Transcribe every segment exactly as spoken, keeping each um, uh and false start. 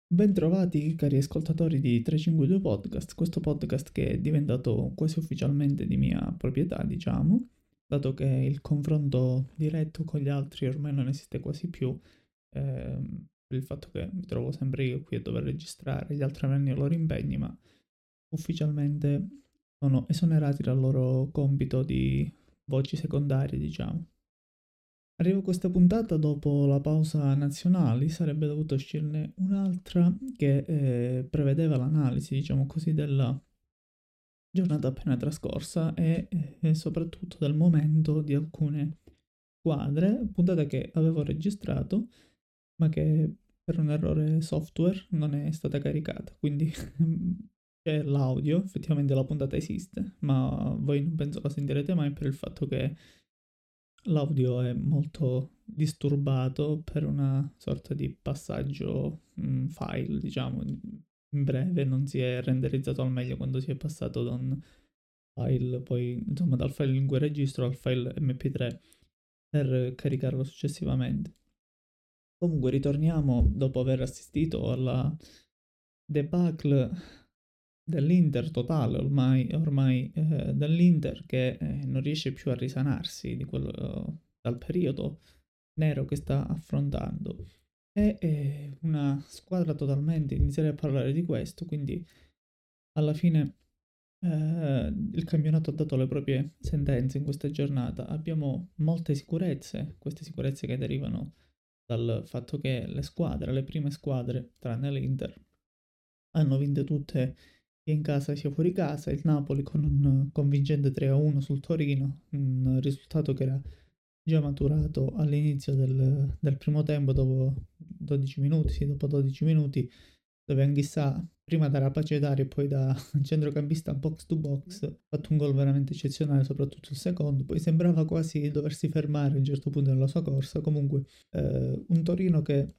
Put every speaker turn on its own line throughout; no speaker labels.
Bentrovati cari ascoltatori di trecentocinquantadue Podcast, questo podcast che è diventato quasi ufficialmente di mia proprietà, diciamo, dato che il confronto diretto con gli altri ormai non esiste quasi più, ehm, per il fatto che mi trovo sempre io qui a dover registrare, gli altri avranno i loro impegni, ma ufficialmente sono esonerati dal loro compito di voci secondarie, diciamo. Arrivo a questa puntata dopo la pausa nazionali, sarebbe dovuto uscirne un'altra che eh, prevedeva l'analisi, diciamo così, della giornata appena trascorsa e, e soprattutto del momento di alcune squadre, puntata che avevo registrato, ma che per un errore software non è stata caricata, quindi c'è l'audio, effettivamente la puntata esiste, ma voi non penso la sentirete mai per il fatto che l'audio è molto disturbato per una sorta di passaggio mm, file, diciamo, in breve, non si è renderizzato al meglio quando si è passato da un file, poi insomma dal file lingue registro al file M P tre per caricarlo successivamente. Comunque ritorniamo dopo aver assistito alla debacle dell'Inter totale ormai, ormai eh, dell'Inter che eh, non riesce più a risanarsi di quello, dal periodo nero che sta affrontando. È eh, una squadra totalmente, inizierei a parlare di questo, quindi alla fine eh, il campionato ha dato le proprie sentenze in questa giornata. Abbiamo molte sicurezze, queste sicurezze che derivano dal fatto che le squadre, le prime squadre, tranne l'Inter, hanno vinto tutte sia in casa sia fuori casa. Il Napoli con un convincente tre a uno sul Torino, un risultato che era già maturato all'inizio del, del primo tempo, dopo dodici minuti, sì, dopo dodici minuti, dove Anghissà, prima da rapace e poi da centrocampista box to box, ha fatto un gol veramente eccezionale, soprattutto il secondo. Poi sembrava quasi doversi fermare a un certo punto nella sua corsa. Comunque, eh, un Torino che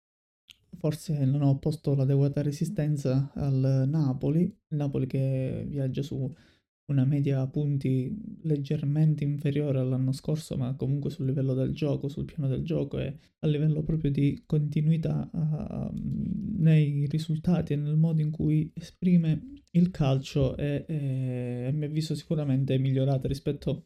forse non ho opposto l'adeguata resistenza al Napoli, il Napoli che viaggia su una media punti leggermente inferiore all'anno scorso, ma comunque sul livello del gioco, sul piano del gioco e a livello proprio di continuità uh, nei risultati e nel modo in cui esprime il calcio e, e a mio avviso sicuramente è migliorata rispetto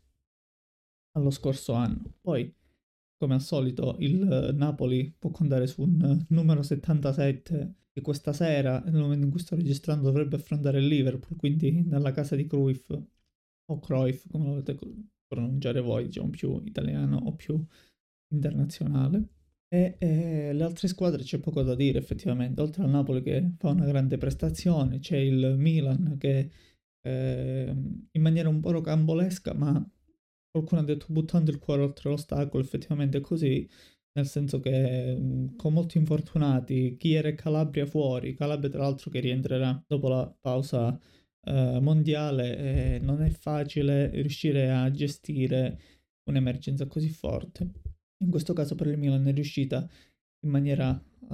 allo scorso anno. Poi come al solito il Napoli può contare su un numero settantasette che questa sera, nel momento in cui sto registrando, dovrebbe affrontare il Liverpool, quindi nella casa di Cruyff o Cruyff, come lo volete pronunciare voi, diciamo più italiano o più internazionale. E, e le altre squadre c'è poco da dire effettivamente, oltre al Napoli che fa una grande prestazione, c'è il Milan che eh, in maniera un po' rocambolesca, ma qualcuno ha detto buttando il cuore oltre l'ostacolo, effettivamente è così, nel senso che mh, con molti infortunati, Chiera e Calabria fuori, Calabria tra l'altro che rientrerà dopo la pausa eh, mondiale, eh, non è facile riuscire a gestire un'emergenza così forte. In questo caso per il Milan è riuscita in maniera,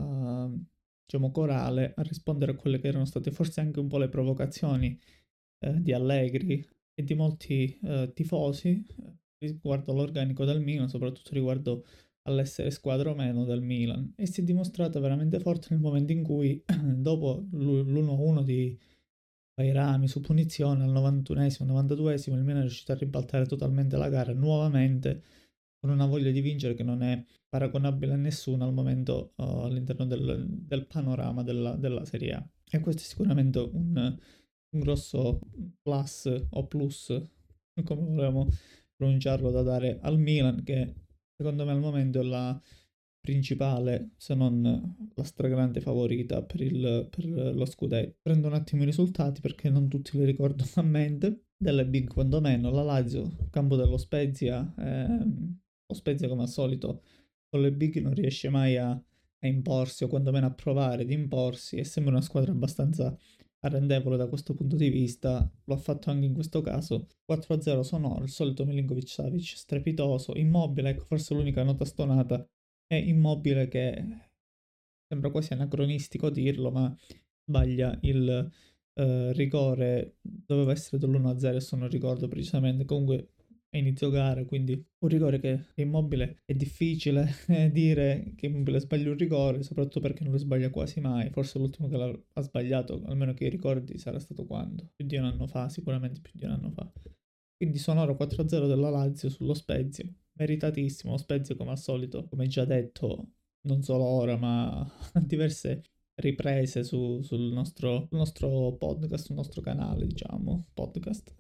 uh, diciamo, corale a rispondere a quelle che erano state forse anche un po' le provocazioni eh, di Allegri e di molti eh, tifosi eh, riguardo all'organico del Milan, soprattutto riguardo all'essere squadra o meno del Milan, e si è dimostrata veramente forte nel momento in cui, dopo l'uno a uno di Bairami su punizione al novantunesimo, novantaduesimo, il Milan è riuscito a ribaltare totalmente la gara nuovamente con una voglia di vincere che non è paragonabile a nessuno al momento uh, all'interno del, del panorama della, della Serie A. E questo è sicuramente un, un grosso plus o plus, come volevamo pronunciarlo, da dare al Milan, che secondo me al momento è la principale, se non la stragrande favorita per, il, per lo scudetto. Prendo un attimo i risultati perché non tutti li ricordo a mente. Delle big quantomeno, la Lazio, campo dello Spezia, ehm, lo Spezia come al solito con le big non riesce mai a, a imporsi o quantomeno a provare di imporsi, e sembra una squadra abbastanza arrendevole da questo punto di vista, lo ha fatto anche in questo caso. quattro a zero Sonoro, il solito Milinkovic Savic strepitoso, Immobile, ecco forse l'unica nota stonata è Immobile che sembra quasi anacronistico dirlo, ma sbaglia il eh, rigore, doveva essere dell'uno a zero, adesso non ricordo precisamente, comunque a inizio gara, quindi un rigore che Immobile è difficile eh, dire che Immobile sbaglia un rigore, soprattutto perché non lo sbaglia quasi mai. Forse l'ultimo che l'ha ha sbagliato, almeno che io ricordi, sarà stato quando? Più di un anno fa, sicuramente più di un anno fa. Quindi sonoro quattro a zero della Lazio sullo Spezia, meritatissimo. Lo Spezia, come al solito, come già detto, non solo ora, ma a diverse riprese su- sul nostro, sul nostro podcast, sul nostro canale, diciamo, podcast.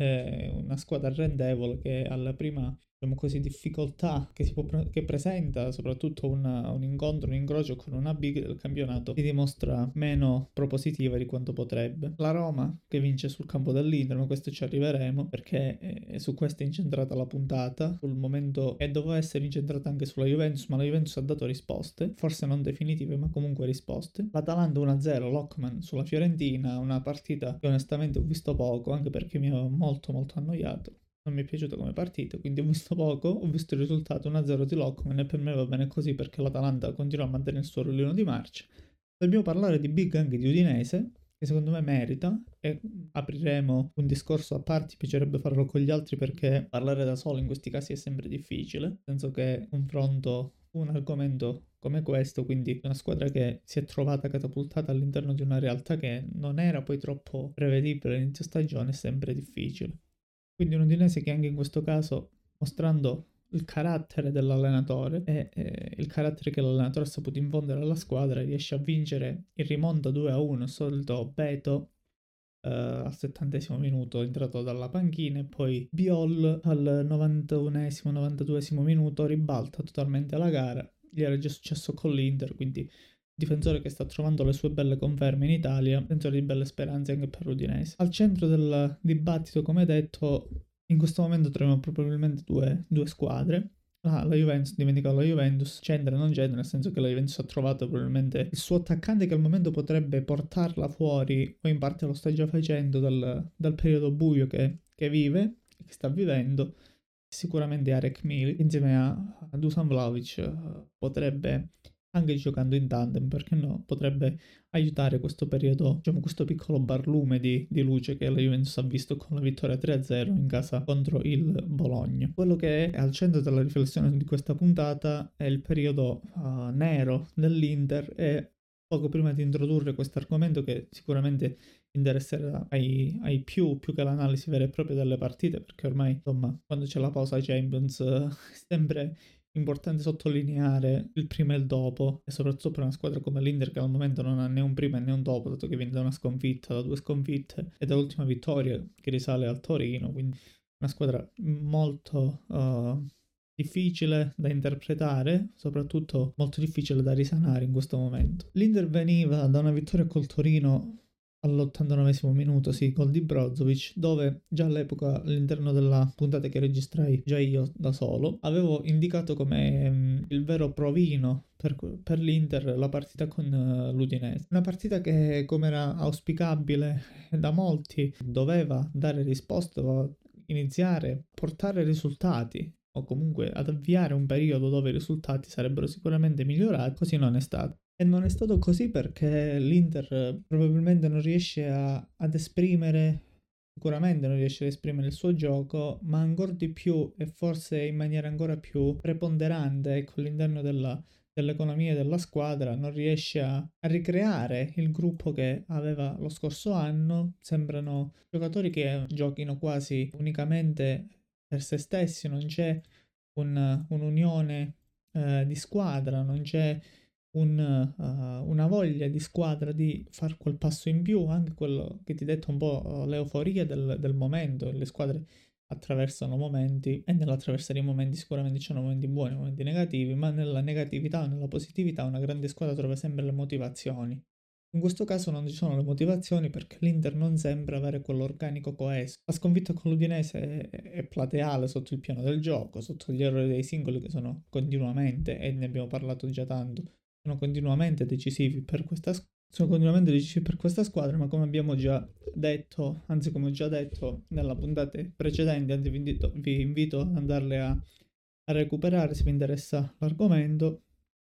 È una squadra arrendevole che alla prima, diciamo così, difficoltà che, si può pre- che presenta, soprattutto una- un incontro, un incrocio con una big del campionato, si dimostra meno propositiva di quanto potrebbe. La Roma che vince sul campo dell'Inter, ma questo ci arriveremo perché eh, su questo è incentrata la puntata, sul momento, e doveva essere incentrata anche sulla Juventus, ma la Juventus ha dato risposte, forse non definitive, ma comunque risposte. L'Atalanta uno a zero, Lockman sulla Fiorentina, una partita che onestamente ho visto poco, anche perché mi aveva molto molto annoiato. Non mi è piaciuto come partita, quindi ho visto poco, ho visto il risultato uno a zero di Lockman e per me va bene così perché l'Atalanta continua a mantenere il suo ruolino di marcia. Dobbiamo parlare di big anche di Udinese, che secondo me merita, e apriremo un discorso a parte, mi piacerebbe farlo con gli altri perché parlare da solo in questi casi è sempre difficile, nel senso che confronto un argomento come questo, quindi una squadra che si è trovata catapultata all'interno di una realtà che non era poi troppo prevedibile all'inizio stagione, è sempre difficile. Quindi un Udinese che anche in questo caso, mostrando il carattere dell'allenatore e eh, il carattere che l'allenatore ha saputo infondere alla squadra, riesce a vincere in rimonta due a uno, solito Beto eh, al settantesimo minuto entrato dalla panchina e poi Biol al novantunesimo novantaduesimo minuto ribalta totalmente la gara. Gli era già successo con l'Inter, quindi difensore che sta trovando le sue belle conferme in Italia, difensore di belle speranze anche per l'Udinese. Al centro del dibattito, come detto, in questo momento troviamo probabilmente due, due squadre. Ah, la Juventus, dimenticavo la Juventus, c'entra o non c'entra, nel senso che la Juventus ha trovato probabilmente il suo attaccante che al momento potrebbe portarla fuori, o in parte lo sta già facendo, dal, dal periodo buio che, che vive, che sta vivendo. Sicuramente Arek Mili, insieme a, a Dusan Vlahovic, eh, potrebbe, anche giocando in tandem, perché no, potrebbe aiutare questo periodo, diciamo questo piccolo barlume di, di luce che la Juventus ha visto con la vittoria tre a zero in casa contro il Bologna. Quello che è al centro della riflessione di questa puntata è il periodo uh, nero dell'Inter e poco prima di introdurre questo argomento che sicuramente interesserà ai, ai più, più che l'analisi vera e propria delle partite, perché ormai, insomma, quando c'è la pausa Champions è sempre importante sottolineare il prima e il dopo, e soprattutto per una squadra come l'Inter che al momento non ha né un prima né un dopo, dato che viene da una sconfitta, da due sconfitte e dall'ultima vittoria che risale al Torino, quindi una squadra molto uh, difficile da interpretare, soprattutto molto difficile da risanare in questo momento. L'Inter veniva da una vittoria col Torino all'ottantanovesimo minuto, sì, gol di Brozovic, dove già all'epoca all'interno della puntata che registrai già io da solo, avevo indicato come mh, il vero provino per, per l'Inter la partita con uh, l'Udinese. Una partita che, come era auspicabile da molti, doveva dare risposte, doveva iniziare, portare risultati, o comunque ad avviare un periodo dove i risultati sarebbero sicuramente migliorati, così non è stato. E non è stato così perché l'Inter probabilmente non riesce a, ad esprimere, sicuramente non riesce ad esprimere il suo gioco, ma ancora di più e forse in maniera ancora più preponderante, ecco, all'interno della, dell'economia della squadra, non riesce a, a ricreare il gruppo che aveva lo scorso anno. Sembrano giocatori che giochino quasi unicamente per se stessi, non c'è un, un'unione eh, di squadra, non c'è un, uh, una voglia di squadra di fare quel passo in più, anche quello che ti ho detto un po' uh, l'euforia del, del momento. Le squadre attraversano momenti e nell'attraversare i momenti sicuramente ci sono momenti buoni, momenti negativi, ma nella negatività o nella positività una grande squadra trova sempre le motivazioni. In questo caso non ci sono le motivazioni perché l'Inter non sembra avere quell'organico coeso. La sconfitta con l'Udinese è, è plateale sotto il piano del gioco, sotto gli errori dei singoli che sono continuamente, e ne abbiamo parlato già tanto, sono continuamente decisivi per questa squadra. Sono continuamente decisivi per questa squadra, ma come abbiamo già detto, anzi come ho già detto nella puntata precedente, anzi vi invito, vi invito ad andarle a, a recuperare se vi interessa l'argomento.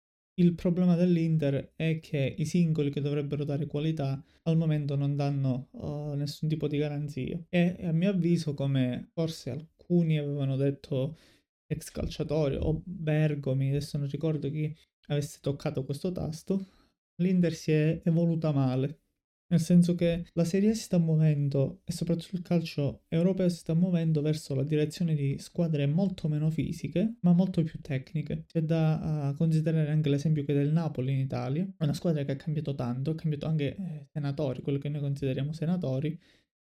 Il problema dell'Inter è che i singoli che dovrebbero dare qualità al momento non danno uh, nessun tipo di garanzia e a mio avviso, come forse alcuni alcuni avevano detto ex calciatori o Bergomi, adesso non ricordo chi avesse toccato questo tasto, l'Inter si è evoluta male. Nel senso che la Serie A si sta muovendo, e soprattutto il calcio europeo si sta muovendo verso la direzione di squadre molto meno fisiche, ma molto più tecniche. C'è da uh, considerare anche l'esempio che del Napoli in Italia, è una squadra che ha cambiato tanto, ha cambiato anche eh, senatori, quello che noi consideriamo senatori,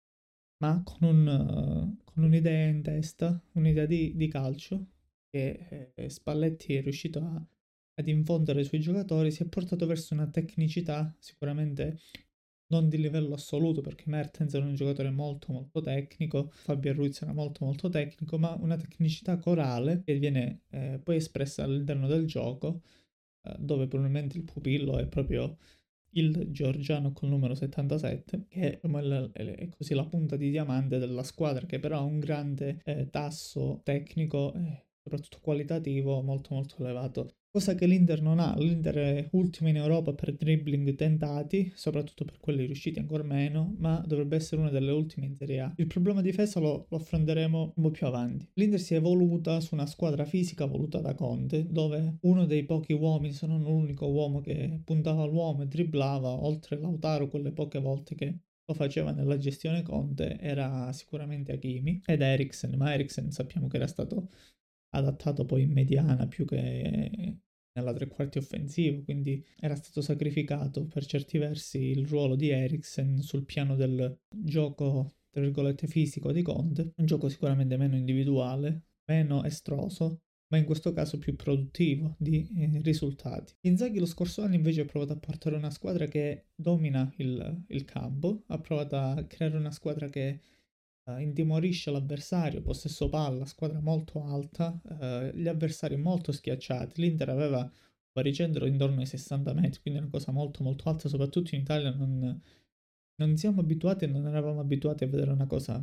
ma con, un, uh, con un'idea in testa, un'idea di, di calcio, che eh, Spalletti è riuscito a, ad infondere ai suoi giocatori, si è portato verso una tecnicità sicuramente non di livello assoluto, perché Mertens era un giocatore molto molto tecnico, Fabio Ruiz era molto molto tecnico, ma una tecnicità corale che viene eh, poi espressa all'interno del gioco, eh, dove probabilmente il pupillo è proprio il georgiano col numero settantasette, che è così la punta di diamante della squadra, che però ha un grande eh, tasso tecnico e soprattutto qualitativo molto molto elevato. Cosa che l'Inter non ha. L'Inter è ultima in Europa per dribbling tentati, soprattutto per quelli riusciti ancora meno, ma dovrebbe essere una delle ultime in Serie A. Il problema difesa lo, lo affronteremo un po' più avanti. L'Inter si è evoluta su una squadra fisica voluta da Conte, dove uno dei pochi uomini, se non l'unico uomo che puntava all'uomo e dribblava, oltre Lautaro quelle poche volte che lo faceva nella gestione Conte, era sicuramente Hakimi ed Eriksen, ma Eriksen sappiamo che era stato adattato poi in mediana più che nella tre quarti offensivo, quindi era stato sacrificato per certi versi il ruolo di Eriksen sul piano del gioco, tra virgolette, fisico di Conte, un gioco sicuramente meno individuale, meno estroso, ma in questo caso più produttivo di eh, risultati. Inzaghi lo scorso anno invece ha provato a portare una squadra che domina il, il campo, ha provato a creare una squadra che uh, intimorisce l'avversario, possesso palla, squadra molto alta, uh, gli avversari molto schiacciati. L'Inter aveva un baricentro intorno ai sessanta metri, quindi una cosa molto molto alta, soprattutto in Italia non, non siamo abituati e non eravamo abituati a vedere una cosa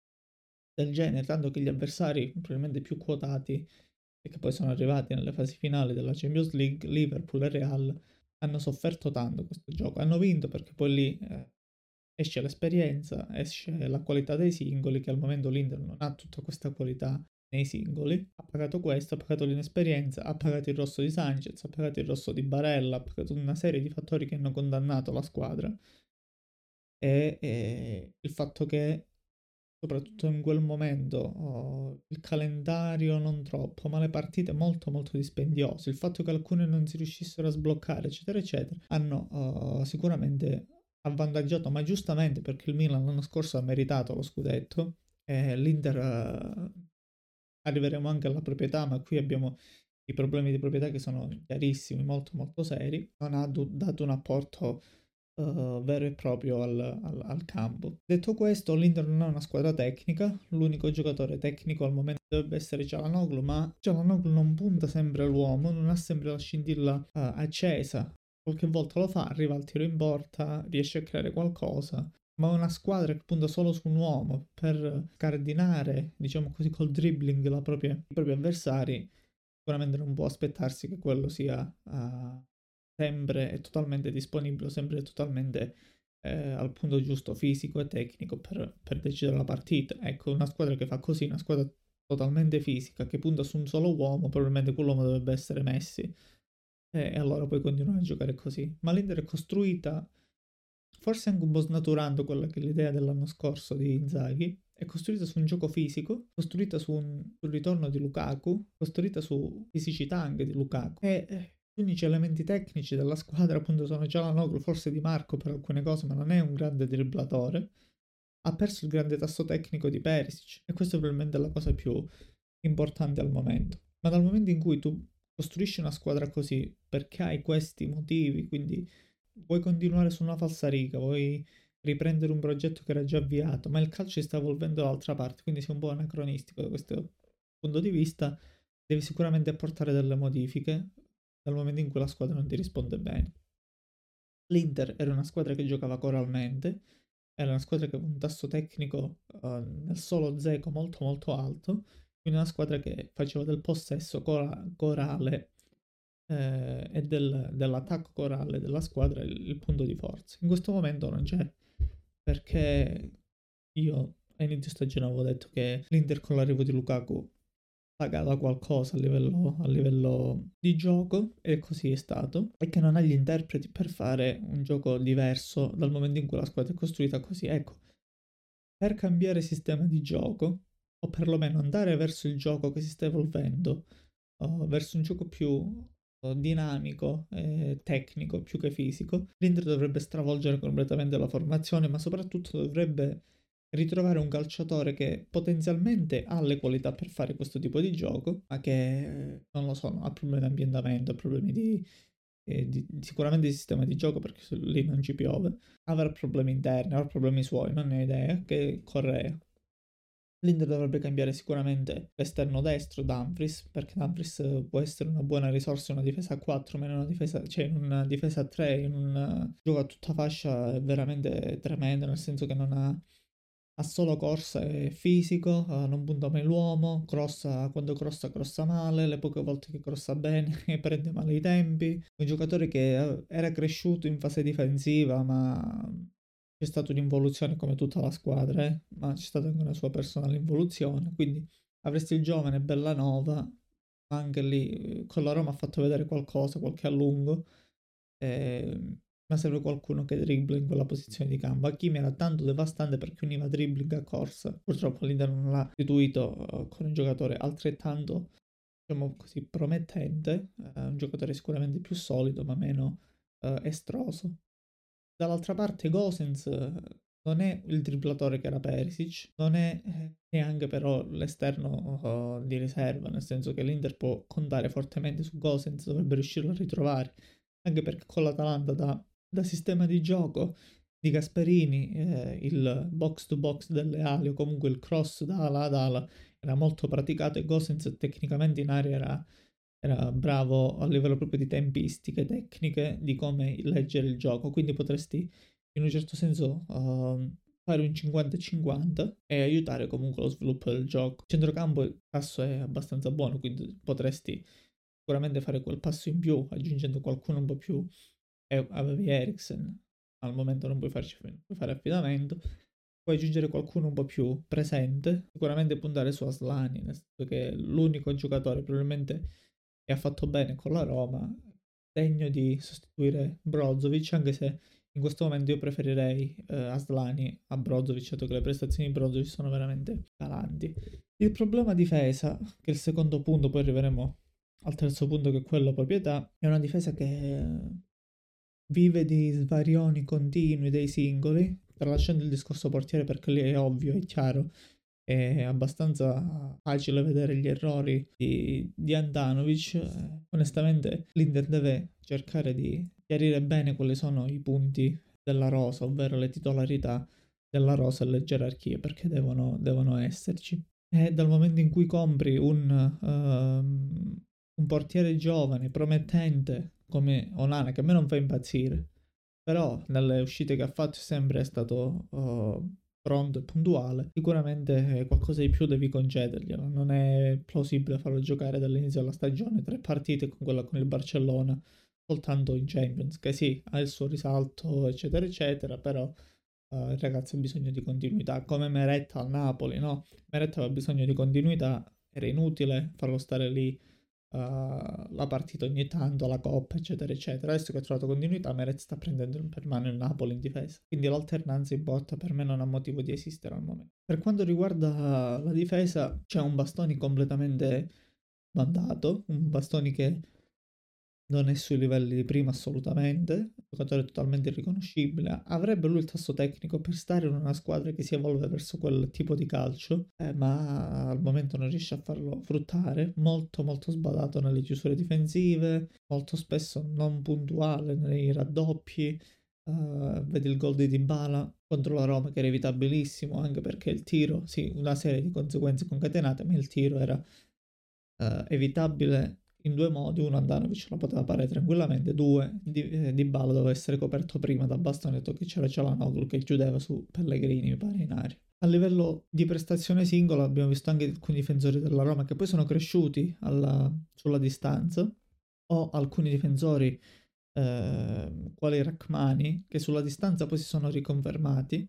del genere, tanto che gli avversari probabilmente più quotati e che poi sono arrivati nelle fasi finali della Champions League, Liverpool e Real, hanno sofferto tanto questo gioco. Hanno vinto perché poi lì eh, esce l'esperienza, esce la qualità dei singoli, che al momento l'Inter non ha tutta questa qualità nei singoli. Ha pagato questo, ha pagato l'inesperienza, ha pagato il rosso di Sanchez, ha pagato il rosso di Barella, ha pagato una serie di fattori che hanno condannato la squadra. E, e il fatto che soprattutto in quel momento oh, il calendario non troppo, ma le partite molto molto dispendiose, il fatto che alcune non si riuscissero a sbloccare, eccetera, eccetera, hanno oh, sicuramente avvantaggiato, ma giustamente, perché il Milan l'anno scorso ha meritato lo scudetto, e l'Inter uh, arriveremo anche alla proprietà, ma qui abbiamo i problemi di proprietà che sono chiarissimi, molto molto seri, non ha do- dato un apporto uh, vero e proprio al, al, al campo. Detto questo, l'Inter non è una squadra tecnica, l'unico giocatore tecnico al momento dovrebbe essere Çalhanoğlu, ma Çalhanoğlu non punta sempre all'uomo, non ha sempre la scintilla uh, accesa. Qualche volta lo fa, arriva al tiro in porta, riesce a creare qualcosa, ma una squadra che punta solo su un uomo per cardinare, diciamo così, col dribbling propria, i propri avversari, sicuramente non può aspettarsi che quello sia uh, sempre e totalmente disponibile, sempre totalmente eh, al punto giusto fisico e tecnico per, per decidere la partita. Ecco, una squadra che fa così, una squadra totalmente fisica, che punta su un solo uomo, probabilmente quell'uomo dovrebbe essere Messi, e allora poi continuare a giocare così. Ma l'Inter è costruita, forse anche un po' snaturando quella che è l'idea dell'anno scorso di Inzaghi, è costruita su un gioco fisico, costruita su un, sul ritorno di Lukaku, costruita su fisicità anche di Lukaku. E eh, gli unici elementi tecnici della squadra appunto sono Çalhanoğlu, forse Di Marco per alcune cose, ma non è un grande dribblatore. Ha perso il grande tasso tecnico di Perisic, e questa è probabilmente la cosa più importante al momento. Ma dal momento in cui tu costruisci una squadra così perché hai questi motivi, quindi vuoi continuare su una falsariga, vuoi riprendere un progetto che era già avviato, ma il calcio si sta evolvendo dall'altra parte, quindi sei un po' anacronistico da questo punto di vista, devi sicuramente apportare delle modifiche dal momento in cui la squadra non ti risponde bene. L'Inter era una squadra che giocava coralmente, era una squadra che aveva un tasso tecnico uh, nel solo Dzeko molto molto alto, quindi una squadra che faceva del possesso cora- corale eh, e del, dell'attacco corale della squadra il, il punto di forza. In questo momento non c'è, perché io a inizio stagione avevo detto che l'Inter con l'arrivo di Lukaku pagava qualcosa a livello, a livello di gioco, e così è stato, e che non ha gli interpreti per fare un gioco diverso dal momento in cui la squadra è costruita così. Ecco, per cambiare sistema di gioco, o perlomeno andare verso il gioco che si sta evolvendo, o verso un gioco più o, dinamico e tecnico più che fisico, l'Inter dovrebbe stravolgere completamente la formazione, ma soprattutto dovrebbe ritrovare un calciatore che potenzialmente ha le qualità per fare questo tipo di gioco, ma che eh, non lo so, ha problemi di ambientamento, ha problemi di, eh, di- sicuramente di sistema di gioco, perché su- lì non ci piove, avrà problemi interni, avrà problemi suoi, non ne ho idea, che Correa. L'Inter dovrebbe cambiare sicuramente l'esterno destro, Dumfries, perché Dumfries eh, può essere una buona risorsa in una difesa a quattro, ma in una difesa, cioè in una difesa a tre, in un eh, gioco a tutta fascia è veramente tremendo, nel senso che non ha, ha solo corsa e fisico, eh, non punta mai l'uomo, crossa, quando crossa crossa male, le poche volte che crossa bene prende male i tempi. Un giocatore che eh, era cresciuto in fase difensiva, ma c'è stata un'involuzione come tutta la squadra, eh, ma c'è stata anche una sua personale involuzione, quindi avresti il giovane Bellanova, ma anche lì eh, con la Roma ha fatto vedere qualcosa, qualche allungo, eh, ma serve qualcuno che dribbla in quella posizione di campo. Hakimi era tanto devastante perché univa dribbling a corsa, purtroppo l'Inter non l'ha istituito eh, con un giocatore altrettanto, diciamo così, promettente, eh, un giocatore sicuramente più solido ma meno eh, estroso. Dall'altra parte Gosens eh, non è il dribblatore che era Perisic, non è eh, neanche però l'esterno oh, di riserva, nel senso che l'Inter può contare fortemente su Gosens, dovrebbe riuscirlo a ritrovare, anche perché con l'Atalanta da, da sistema di gioco di Gasperini, eh, il box to box delle ali o comunque il cross da ala ad ala era molto praticato, e Gosens tecnicamente in area era era bravo a livello proprio di tempistiche, tecniche, di come leggere il gioco, quindi potresti in un certo senso uh, fare un cinquanta e cinquanta e aiutare comunque lo sviluppo del gioco. Il centrocampo il passo è abbastanza buono, quindi potresti sicuramente fare quel passo in più aggiungendo qualcuno un po' più. E avevi Eriksen, al momento non puoi, farci, puoi fare affidamento. Puoi aggiungere qualcuno un po' più presente, sicuramente puntare su Aslani, nel senso che è l'unico giocatore probabilmente e ha fatto bene con la Roma, degno di sostituire Brozovic, anche se in questo momento io preferirei eh, Aslani a Brozovic, dato che le prestazioni di Brozovic sono veramente galanti. Il problema difesa, che è il secondo punto, poi arriveremo al terzo punto che è quello proprietà, è una difesa che vive di svarioni continui dei singoli, tralasciando il discorso portiere perché lì è ovvio, è chiaro, è abbastanza facile vedere gli errori di, di Andanovic. Eh, Onestamente l'Inter deve cercare di chiarire bene quali sono i punti della rosa, ovvero le titolarità della rosa e le gerarchie, perché devono, devono esserci. E dal momento in cui compri un, ehm, un portiere giovane, promettente, come Onana, che a me non fa impazzire, però nelle uscite che ha fatto è sempre stato uh, pronto e puntuale, sicuramente qualcosa di più devi concederglielo. Non è plausibile farlo giocare dall'inizio della stagione tre partite con quella con il Barcellona soltanto in Champions, che sì, ha il suo risalto eccetera eccetera, però uh, il ragazzo ha bisogno di continuità, come Meretta al Napoli, no? Meretta aveva bisogno di continuità, era inutile farlo stare lì uh, la partita ogni tanto, la coppa, eccetera, eccetera. Adesso che ha trovato continuità, Meret sta prendendo per mano il Napoli in difesa. Quindi l'alternanza in botta per me non ha motivo di esistere al momento. Per quanto riguarda la difesa, c'è un Bastoni completamente mandato, un Bastoni che non è sui livelli di prima assolutamente, un giocatore totalmente irriconoscibile. Avrebbe lui il tasso tecnico per stare in una squadra che si evolve verso quel tipo di calcio, eh, ma al momento non riesce a farlo fruttare. Molto molto sbadato nelle chiusure difensive, molto spesso non puntuale nei raddoppi. Uh, vedi il gol di Dybala contro la Roma che era evitabilissimo, anche perché il tiro, sì, una serie di conseguenze concatenate, ma il tiro era uh, evitabile in due modi: uno, Andanovic lo poteva parare tranquillamente; due, Di, eh, Dybala doveva essere coperto prima da Bastoni, detto che c'era Çalhanoğlu che chiudeva su Pellegrini, mi pare, in aria. A livello di prestazione singola abbiamo visto anche alcuni difensori della Roma che poi sono cresciuti alla, sulla distanza, o alcuni difensori eh, quali Rachmani che sulla distanza poi si sono riconfermati,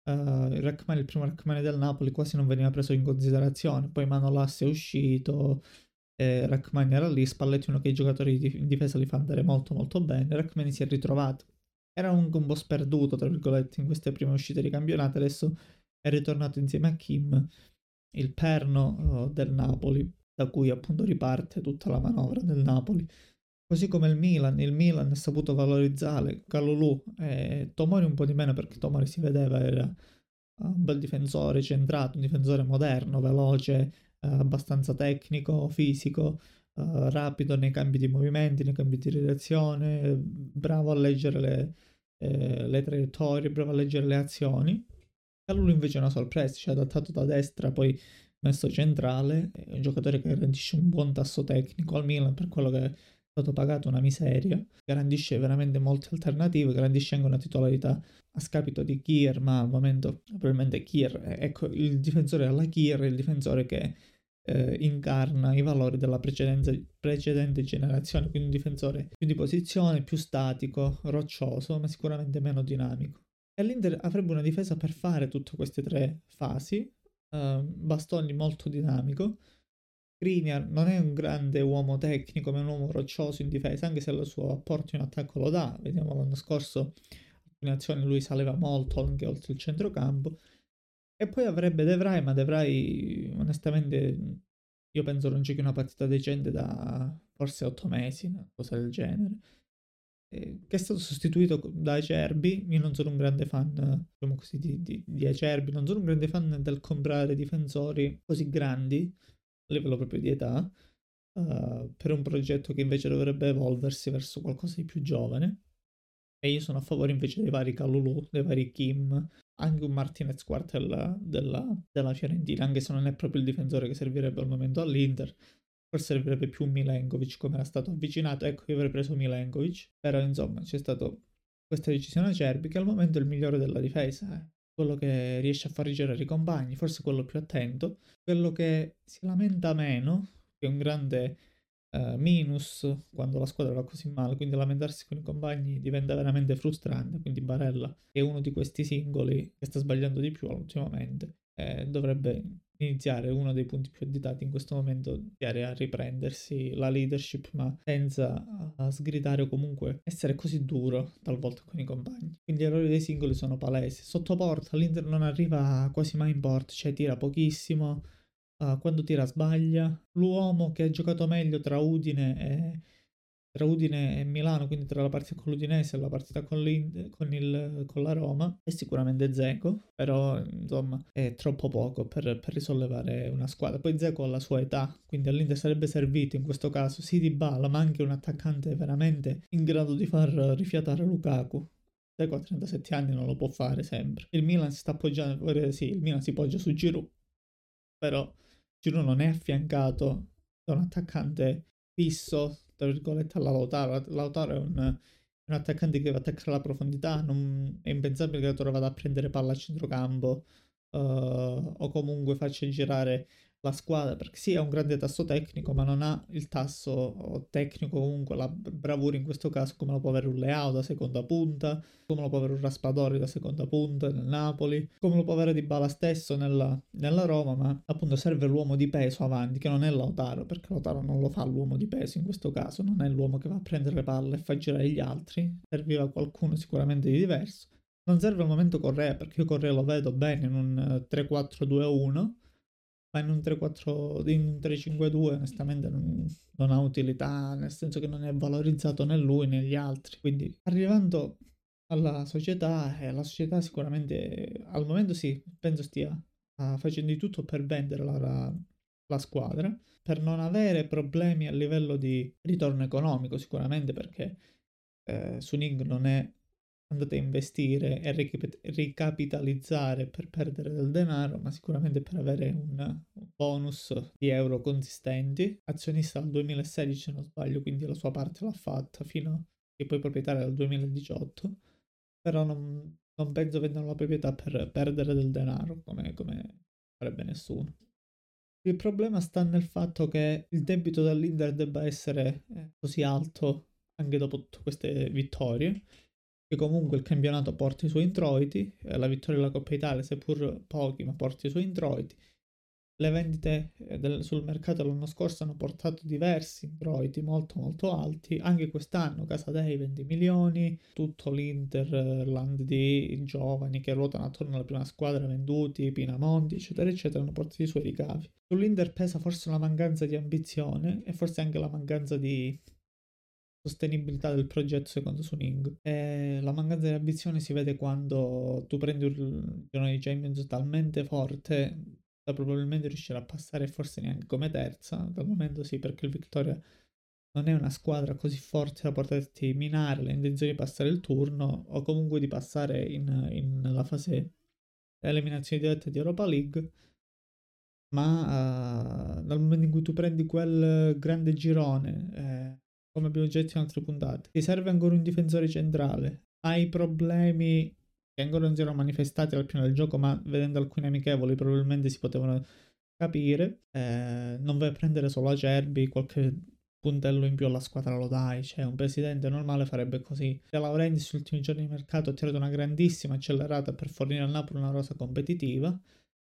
Uh, il Rachmani, il primo Rachmani del Napoli quasi non veniva preso in considerazione, poi Manolas è uscito, eh, Rachmani era lì, Spalletti uno che i giocatori di, in difesa li fa andare molto molto bene, Rachmani si è ritrovato, era un, un po' sperduto tra virgolette in queste prime uscite di campionato, adesso è ritornato insieme a Kim, il perno uh, del Napoli, da cui appunto riparte tutta la manovra del Napoli. Così come il Milan, il Milan ha saputo valorizzare Kalulu e Tomori un po' di meno perché Tomori si vedeva era un bel difensore centrato, un difensore moderno, veloce, eh, abbastanza tecnico, fisico, eh, rapido nei cambi di movimenti, nei cambi di direzione, bravo a leggere le, eh, le traiettorie, bravo a leggere le azioni. Kalulu invece è una sorpresa, si è adattato da destra, poi messo centrale, è un giocatore che garantisce un buon tasso tecnico al Milan per quello che è stato pagato una miseria, garantisce veramente molte alternative, garantisce anche una titolarità a scapito di Kier, ma al momento probabilmente Kier, ecco, il difensore alla Kier è il difensore che eh, incarna i valori della precedente generazione, quindi un difensore più di posizione, più statico, roccioso, ma sicuramente meno dinamico. E l'Inter avrebbe una difesa per fare tutte queste tre fasi, uh, Bastoni molto dinamico, Skriniar non è un grande uomo tecnico, ma è un uomo roccioso in difesa, anche se il suo apporto in attacco lo dà. Vediamo l'anno scorso, in azione lui saleva molto anche oltre il centrocampo. E poi avrebbe De Vrij, ma De Vrij onestamente io penso non giochi una partita decente da forse otto mesi, una cosa del genere. Eh, che è stato sostituito da Acerbi. Io non sono un grande fan, diciamo così, di, di, di Acerbi, non sono un grande fan del comprare difensori così grandi a livello proprio di età, uh, per un progetto che invece dovrebbe evolversi verso qualcosa di più giovane. E io sono a favore invece dei vari Kalulu, dei vari Kim, anche un Martinez Quartella della, della Fiorentina, anche se non è proprio il difensore che servirebbe al momento all'Inter. Forse servirebbe più un Milenkovic come era stato avvicinato, ecco io avrei preso Milenkovic, però insomma c'è stata questa decisione acerbi che al momento è il migliore della difesa, eh. Quello che riesce a far rigerare i compagni, forse quello più attento, quello che si lamenta meno, che è un grande uh, minus quando la squadra va così male, quindi lamentarsi con i compagni diventa veramente frustrante, quindi Barella è uno di questi singoli che sta sbagliando di più ultimamente, eh, dovrebbe iniziare uno dei punti più additati in questo momento, iniziare a riprendersi la leadership, ma senza uh, sgridare o comunque essere così duro talvolta con i compagni. Quindi gli errori dei singoli sono palesi. Sotto porta l'Inter non arriva quasi mai in porta, cioè tira pochissimo, uh, quando tira sbaglia. L'uomo che ha giocato meglio tra Udine e tra Udine e Milano, quindi tra la partita con l'Udinese e la partita con, con, il, con la Roma, è sicuramente Dzeko, però insomma è troppo poco per, per risollevare una squadra. Poi Dzeko ha la sua età, quindi all'Inter sarebbe servito in questo caso sì Dybala, ma anche un attaccante veramente in grado di far rifiatare Lukaku. Dzeko a trentasette anni non lo può fare sempre. Il Milan si sta appoggiando, sì, il Milan si poggia su Giroud, però Giroud non è affiancato da un attaccante fisso, tra virgolette, alla Lautaro. Lautaro è un, un attaccante che va a attaccare la profondità, non, è impensabile che Lautaro vada a prendere palla a centrocampo uh, o comunque faccia girare la squadra, perché sì, ha un grande tasso tecnico, ma non ha il tasso tecnico, comunque la bravura in questo caso, come lo può avere un Leao da seconda punta, come lo può avere un Raspadori da seconda punta nel Napoli, come lo può avere Dybala stesso nella, nella Roma, ma appunto serve l'uomo di peso avanti, che non è Lautaro, perché Lautaro non lo fa l'uomo di peso in questo caso, non è l'uomo che va a prendere le palle e fa girare gli altri, serviva qualcuno sicuramente di diverso. Non serve al momento Correa, perché io Correa lo vedo bene in un tre quattro due uno, ma in un tre quattro, in un tre cinque due onestamente non, non ha utilità, nel senso che non è valorizzato né lui né gli altri. Quindi arrivando alla società, eh, la società sicuramente al momento sì, penso stia uh, facendo di tutto per vendere la, la, la squadra, per non avere problemi a livello di ritorno economico sicuramente, perché eh, Suning non è andate a investire e ricap- ricapitalizzare per perdere del denaro, ma sicuramente per avere un, un bonus di euro consistenti. Azionista dal duemilasedici, se non sbaglio, quindi la sua parte l'ha fatta fino a che poi proprietaria dal duemiladiciotto, però non, non penso vendano la proprietà per perdere del denaro, come, come farebbe nessuno. Il problema sta nel fatto che il debito dell'Inter debba essere eh, così alto anche dopo tutte queste vittorie, che comunque il campionato porta i suoi introiti, eh, la vittoria della Coppa Italia, seppur pochi, ma porta i suoi introiti. Le vendite eh, del- sul mercato l'anno scorso hanno portato diversi introiti molto molto alti, anche quest'anno Casadei venti milioni, tutto l'Interland di giovani che ruotano attorno alla prima squadra venduti, Pinamonti eccetera eccetera hanno portato i suoi ricavi. Sull'Inter pesa forse la mancanza di ambizione e forse anche la mancanza di sostenibilità del progetto secondo Suning. E la mancanza di ambizione si vede quando tu prendi un girone di Champions talmente forte da probabilmente riuscire a passare forse neanche come terza. Dal momento sì, perché il Victoria non è una squadra così forte da poterti minare le intenzioni di passare il turno o comunque di passare in, in, nella fase eliminazione diretta di Europa League, ma uh, dal momento in cui tu prendi quel grande girone, eh, come abbiamo già detto in altre puntate, ti serve ancora un difensore centrale, hai problemi che ancora non si erano manifestati al prima del gioco, ma vedendo alcuni amichevoli probabilmente si potevano capire, eh, non vai a prendere solo Acerbi, qualche puntello in più alla squadra lo dai, cioè un presidente normale farebbe così. De Laurentiis sugli ultimi giorni di mercato ha tirato una grandissima accelerata per fornire al Napoli una rosa competitiva,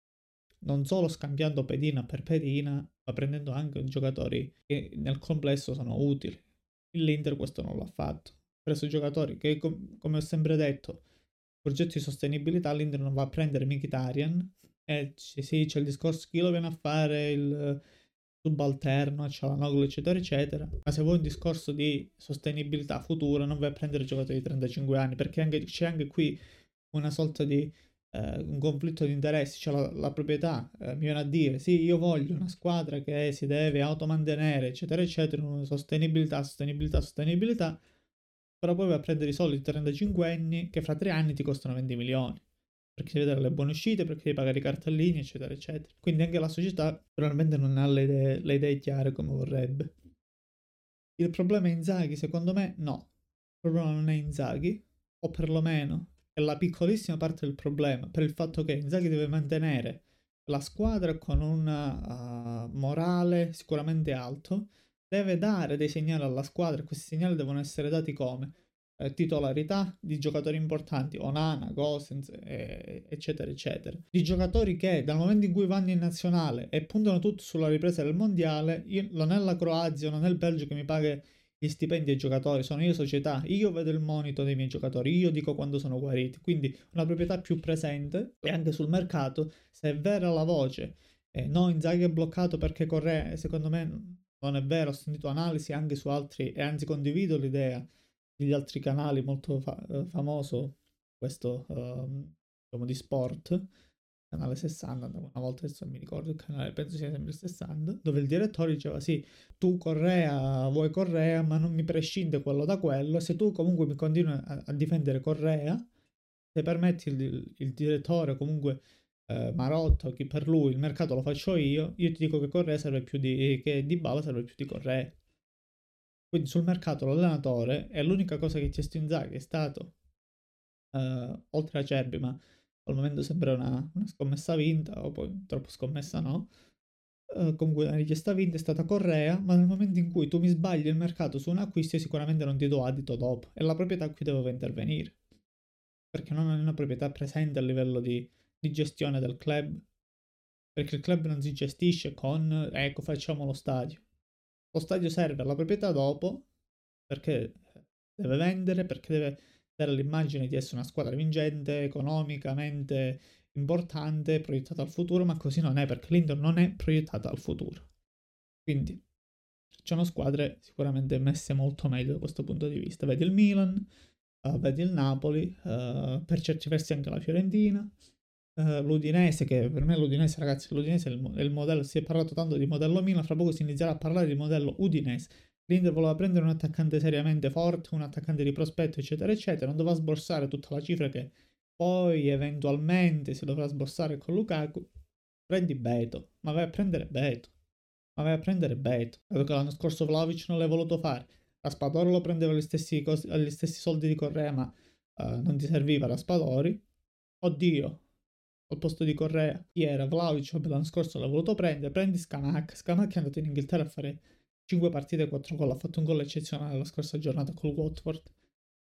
non solo scambiando pedina per pedina, ma prendendo anche giocatori che nel complesso sono utili. L'Inter questo non l'ha fatto. Ha preso giocatori che, com- come ho sempre detto, progetto di sostenibilità, l'Inter non va a prendere Mkhitaryan, e c- sì, c'è il discorso chi lo viene a fare il subalterno a Çalhanoğlu eccetera eccetera, ma se vuoi un discorso di sostenibilità futura non vai a prendere giocatori di trentacinque anni, perché anche, c'è anche qui una sorta di eh, un conflitto di interessi, cioè la, la proprietà eh, mi viene a dire sì, io voglio una squadra che si deve automantenere eccetera eccetera, una sostenibilità, sostenibilità, sostenibilità, però poi vai a prendere i soliti trentacinque anni che fra tre anni ti costano venti milioni, perché devi vedere le buone uscite, perché devi pagare i cartellini eccetera eccetera, quindi anche la società probabilmente non ha le idee, le idee chiare come vorrebbe. Il problema è Inzaghi, secondo me no, il problema non è Inzaghi, o perlomeno è la piccolissima parte del problema, per il fatto che Inzaghi deve mantenere la squadra con un uh, morale sicuramente alto, deve dare dei segnali alla squadra e questi segnali devono essere dati come eh, titolarità di giocatori importanti, Onana, Gosens, eh, eccetera, eccetera. Di giocatori che dal momento in cui vanno in nazionale e puntano tutto sulla ripresa del mondiale, io, non è la Croazia, non è il Belgio che mi paga gli stipendi ai giocatori, sono io società, io vedo il monito dei miei giocatori, io dico quando sono guariti, quindi una proprietà più presente e anche sul mercato, se è vera la voce, eh, no Inzaghi è bloccato perché Correa, secondo me non è vero, ho sentito analisi anche su altri e anzi condivido l'idea degli altri canali molto fa- eh, famoso, questo ehm, diciamo di sport, canale sessanta, una volta adesso non mi ricordo il canale, penso sia sempre il sessanta, dove il direttore diceva sì, tu Correa vuoi Correa, ma non mi prescinde quello da quello, se tu comunque mi continui a, a difendere Correa, se permetti il, il direttore comunque eh, Marotta o chi per lui, il mercato lo faccio io, io ti dico che Correa serve più di, che Dybala serve più di Correa. Quindi sul mercato l'allenatore è l'unica cosa che Cestio Inzaghi è stato, eh, oltre a Cerbi, ma al momento sembra una, una scommessa vinta, o poi troppo scommessa no. Eh, comunque una richiesta vinta è stata Correa, ma nel momento in cui tu mi sbagli il mercato su un acquisto, io sicuramente non ti do adito dopo. E la proprietà qui doveva intervenire, perché non è una proprietà presente a livello di, di gestione del club, perché il club non si gestisce con, ecco, facciamo lo stadio. Lo stadio serve alla proprietà dopo perché deve vendere, perché deve dare l'immagine di essere una squadra vincente, economicamente importante, proiettata al futuro, ma così non è perché l'Inter non è proiettata al futuro. Quindi ci sono squadre sicuramente messe molto meglio da questo punto di vista. Vedi il Milan, uh, vedi il Napoli, uh, per certi versi anche la Fiorentina, Uh, l'Udinese, che per me l'Udinese, ragazzi, l'Udinese è il, è il modello, si è parlato tanto di modello Milan, fra poco si inizierà a parlare di modello Udinese. L'Inter voleva prendere un attaccante seriamente forte, un attaccante di prospetto, eccetera, eccetera, non doveva sborsare tutta la cifra che poi eventualmente si dovrà sborsare con Lukaku. Prendi Beto, ma vai a prendere Beto, ma vai a prendere Beto, dato che l'anno scorso Vlahovic non l'hai voluto fare, Raspadori lo prendeva agli stessi, cos- agli stessi soldi di Correa, ma uh, non ti serviva Raspadori. Oddio, al posto di Correa, chi era? Vlahovic, vabbè, l'anno scorso l'ha voluto prendere, prendi Scamacca, Scamacca è andato in Inghilterra a fare cinque partite e quattro gol, ha fatto un gol eccezionale la scorsa giornata col Watford,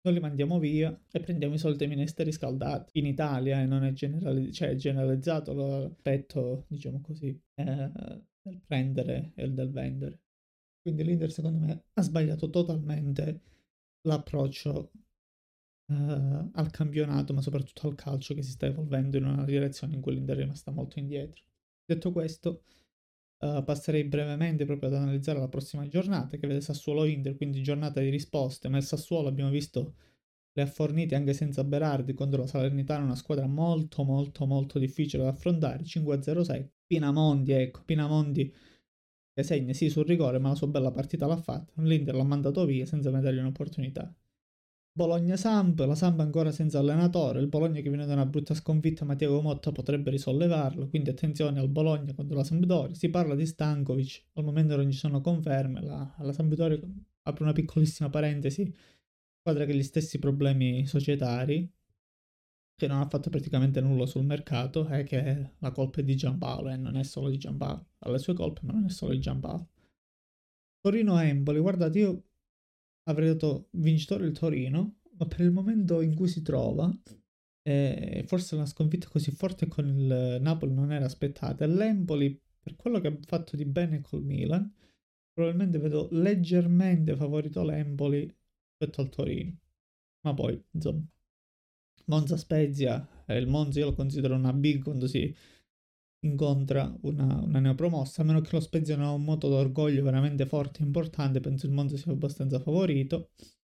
noi li mandiamo via e prendiamo i soliti minestroni riscaldati. In Italia, e non è, generali- cioè, è generalizzato l'aspetto, diciamo così, eh, del prendere e del vendere. Quindi l'Inter, secondo me, ha sbagliato totalmente l'approccio eh, al campionato, ma soprattutto al calcio, che si sta evolvendo in una direzione in cui l'Inter è rimasta molto indietro. Detto questo, eh, passerei brevemente proprio ad analizzare la prossima giornata, che vede Sassuolo-Inter, quindi giornata di risposte, ma il Sassuolo abbiamo visto le ha fornite anche senza Berardi contro la Salernitana, una squadra molto molto molto difficile da affrontare, cinque a zero sei. Pinamonti, ecco, Pinamonti che segna sì sul rigore, ma la sua bella partita l'ha fatta, l'Inter l'ha mandato via senza mai dargli un'opportunità. Bologna-Samp, la Samp ancora senza allenatore, il Bologna che viene da una brutta sconfitta, ma Thiago Motta potrebbe risollevarlo, quindi attenzione al Bologna contro la Sampdoria. Si parla di Stankovic, al momento non ci sono conferme, la, la Sampdoria, apre una piccolissima parentesi, squadra che ha gli stessi problemi societari, che non ha fatto praticamente nulla sul mercato, e che la colpa è di Giampaolo, e non è solo di Giampaolo, ha le sue colpe, ma non è solo di Giampaolo. Torino-Empoli, guardate, io avrei dato vincitore il Torino, ma per il momento in cui si trova, eh, forse una sconfitta così forte con il Napoli non era aspettata. L'Empoli, per quello che ha fatto di bene col Milan, probabilmente vedo leggermente favorito l'Empoli rispetto al Torino. Ma poi, insomma, Monza Spezia, eh, il Monza io lo considero una big quando si incontra una, una neopromossa, a meno che lo Spezia non ha un moto d'orgoglio veramente forte e importante, penso il Monza sia abbastanza favorito.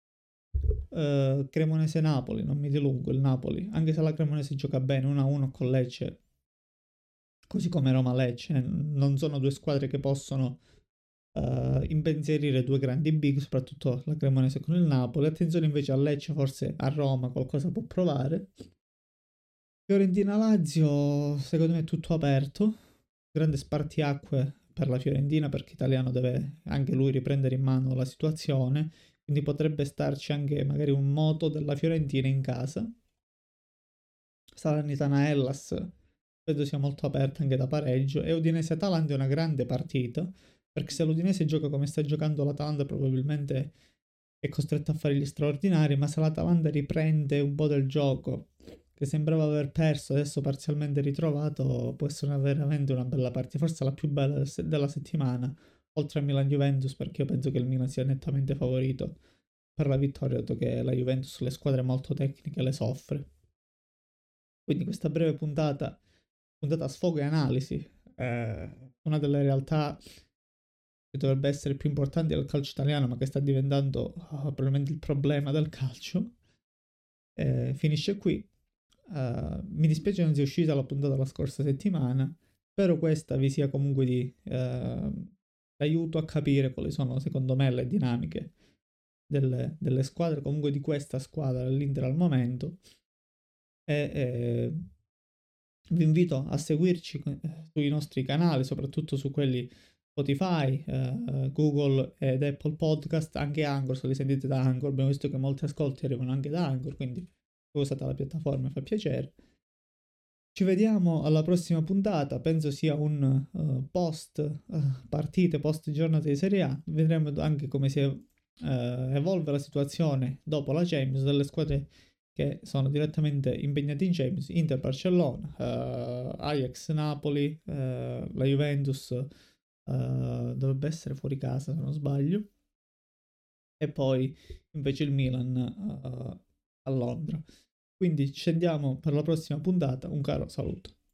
Uh, Cremonese-Napoli, non mi dilungo, il Napoli, anche se la Cremonese gioca bene uno a uno con Lecce, così come Roma-Lecce, non sono due squadre che possono uh, impensierire due grandi big, soprattutto la Cremonese con il Napoli. Attenzione invece a Lecce, forse a Roma qualcosa può provare. Fiorentina-Lazio, secondo me è tutto aperto, grande spartiacque per la Fiorentina perché Italiano deve anche lui riprendere in mano la situazione, quindi potrebbe starci anche magari un moto della Fiorentina in casa. Salernitana-Hellas credo sia molto aperta anche da pareggio, e Udinese-Atalanta è una grande partita, perché se l'Udinese gioca come sta giocando l'Atalanta probabilmente è costretto a fare gli straordinari, ma se l'Atalanta riprende un po' del gioco che sembrava aver perso, adesso parzialmente ritrovato, può essere veramente una bella partita, forse la più bella della settimana, oltre a Milan-Juventus, perché io penso che il Milan sia nettamente favorito per la vittoria, dato che la Juventus le squadre molto tecniche le soffre. Quindi questa breve puntata, puntata a sfogo e analisi, eh, una delle realtà che dovrebbe essere più importanti del calcio italiano, ma che sta diventando oh, probabilmente il problema del calcio, eh, finisce qui. Uh, mi dispiace non sia uscita la puntata la scorsa settimana, spero questa vi sia comunque di uh, aiuto a capire quali sono secondo me le dinamiche delle, delle squadre, comunque di questa squadra dell'Inter al momento, e, e vi invito a seguirci sui nostri canali, soprattutto su quelli Spotify, eh, Google ed Apple Podcast, anche Anchor, se li sentite da Anchor. Abbiamo visto che molti ascolti arrivano anche da Anchor, quindi usate la piattaforma, fa piacere. Ci vediamo alla prossima puntata, penso sia un uh, post uh, partite, post giornata di Serie A. Vedremo anche come si uh, evolve la situazione dopo la Champions, delle squadre che sono direttamente impegnate in Champions: Inter, Barcellona, uh, Ajax, Napoli, uh, la Juventus uh, dovrebbe essere fuori casa se non sbaglio, e poi invece il Milan uh, a Londra. Quindi scendiamo per la prossima puntata, un caro saluto.